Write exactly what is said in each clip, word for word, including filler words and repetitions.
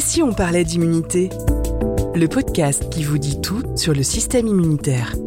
si on parlait d'immunité ? Le podcast qui vous dit tout sur le système immunitaire.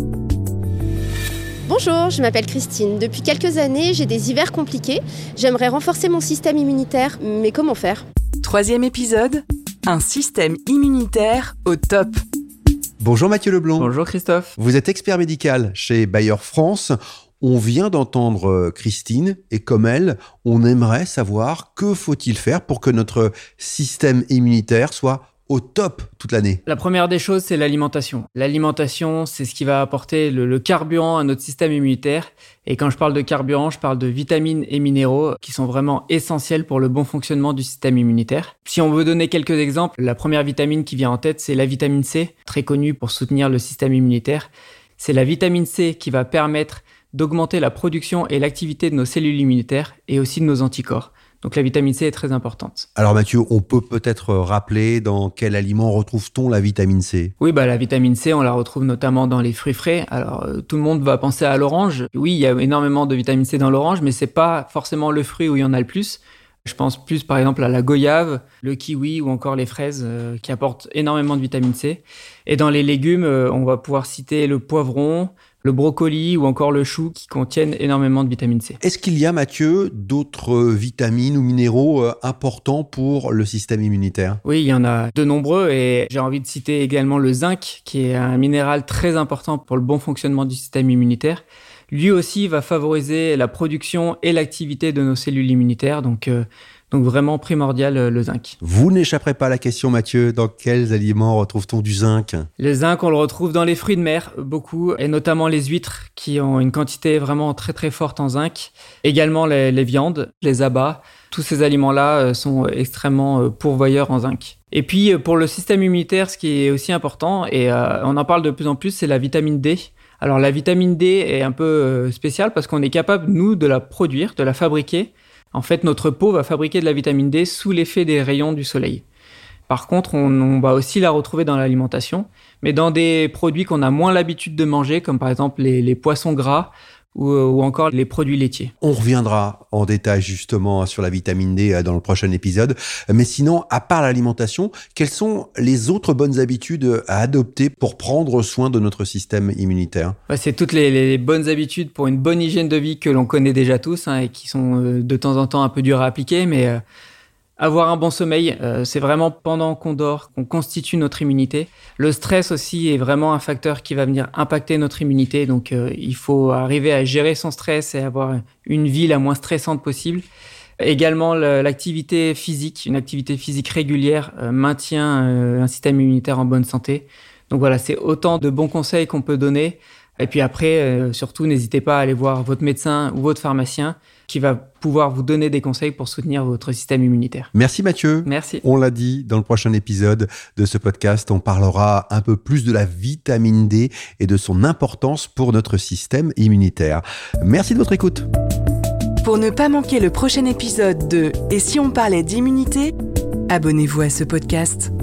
Bonjour, je m'appelle Christine. Depuis quelques années, j'ai des hivers compliqués. J'aimerais renforcer mon système immunitaire, mais comment faire ? Troisième épisode, un système immunitaire au top. Bonjour Mathieu Leblanc. Bonjour Christophe. Vous êtes expert médical chez Bayer France. On vient d'entendre Christine et comme elle, on aimerait savoir que faut-il faire pour que notre système immunitaire soit au top toute l'année. La première des choses, c'est l'alimentation. L'alimentation, c'est ce qui va apporter le, le carburant à notre système immunitaire. Et quand je parle de carburant, je parle de vitamines et minéraux qui sont vraiment essentiels pour le bon fonctionnement du système immunitaire. Si on veut donner quelques exemples, la première vitamine qui vient en tête, c'est la vitamine C, très connue pour soutenir le système immunitaire. C'est la vitamine C qui va permettre d'augmenter la production et l'activité de nos cellules immunitaires et aussi de nos anticorps. Donc la vitamine C est très importante. Alors Mathieu, on peut peut-être rappeler dans quel aliment retrouve-t-on la vitamine C ? Oui, bah la vitamine C, on la retrouve notamment dans les fruits frais. Alors euh, tout le monde va penser à l'orange. Oui, il y a énormément de vitamine C dans l'orange, mais c'est pas forcément le fruit où il y en a le plus. Je pense plus par exemple à la goyave, le kiwi ou encore les fraises euh, qui apportent énormément de vitamine C. Et dans les légumes, euh, on va pouvoir citer le poivron, le brocoli ou encore le chou qui contiennent énormément de vitamine C. Est-ce qu'il y a, Mathieu, d'autres vitamines ou minéraux euh, importants pour le système immunitaire ? Oui, il y en a de nombreux et j'ai envie de citer également le zinc qui est un minéral très important pour le bon fonctionnement du système immunitaire. Lui aussi va favoriser la production et l'activité de nos cellules immunitaires, donc, euh, donc vraiment primordial euh, le zinc. Vous n'échapperez pas à la question, Mathieu, dans quels aliments retrouve-t-on du zinc ? Le zinc, on le retrouve dans les fruits de mer, beaucoup, et notamment les huîtres qui ont une quantité vraiment très très forte en zinc. Également les, les viandes, les abats, tous ces aliments-là euh, sont extrêmement euh, pourvoyeurs en zinc. Et puis pour le système immunitaire, ce qui est aussi important, et euh, on en parle de plus en plus, c'est la vitamine D. Alors la vitamine D est un peu spéciale parce qu'on est capable, nous, de la produire, de la fabriquer. En fait, notre peau va fabriquer de la vitamine D sous l'effet des rayons du soleil. Par contre, on, on va aussi la retrouver dans l'alimentation, mais dans des produits qu'on a moins l'habitude de manger, comme par exemple les, les poissons gras ou, ou encore les produits laitiers. On reviendra en détail justement sur la vitamine D dans le prochain épisode. Mais sinon, à part l'alimentation, quelles sont les autres bonnes habitudes à adopter pour prendre soin de notre système immunitaire ? Ouais, c'est toutes les, les bonnes habitudes pour une bonne hygiène de vie que l'on connaît déjà tous hein, et qui sont euh, de temps en temps un peu dures à appliquer, mais euh, avoir un bon sommeil, euh, c'est vraiment pendant qu'on dort qu'on constitue notre immunité. Le stress aussi est vraiment un facteur qui va venir impacter notre immunité. Donc, euh, il faut arriver à gérer son stress et avoir une vie la moins stressante possible. Également, le, l'activité physique, une activité physique régulière euh, maintient euh, un système immunitaire en bonne santé. Donc voilà, c'est autant de bons conseils qu'on peut donner. Et puis après, euh, surtout, n'hésitez pas à aller voir votre médecin ou votre pharmacien qui va pouvoir vous donner des conseils pour soutenir votre système immunitaire. Merci Mathieu. Merci. On l'a dit, dans le prochain épisode de ce podcast, on parlera un peu plus de la vitamine D et de son importance pour notre système immunitaire. Merci de votre écoute. Pour ne pas manquer le prochain épisode de « Et si on parlait d'immunité ?», abonnez-vous à ce podcast.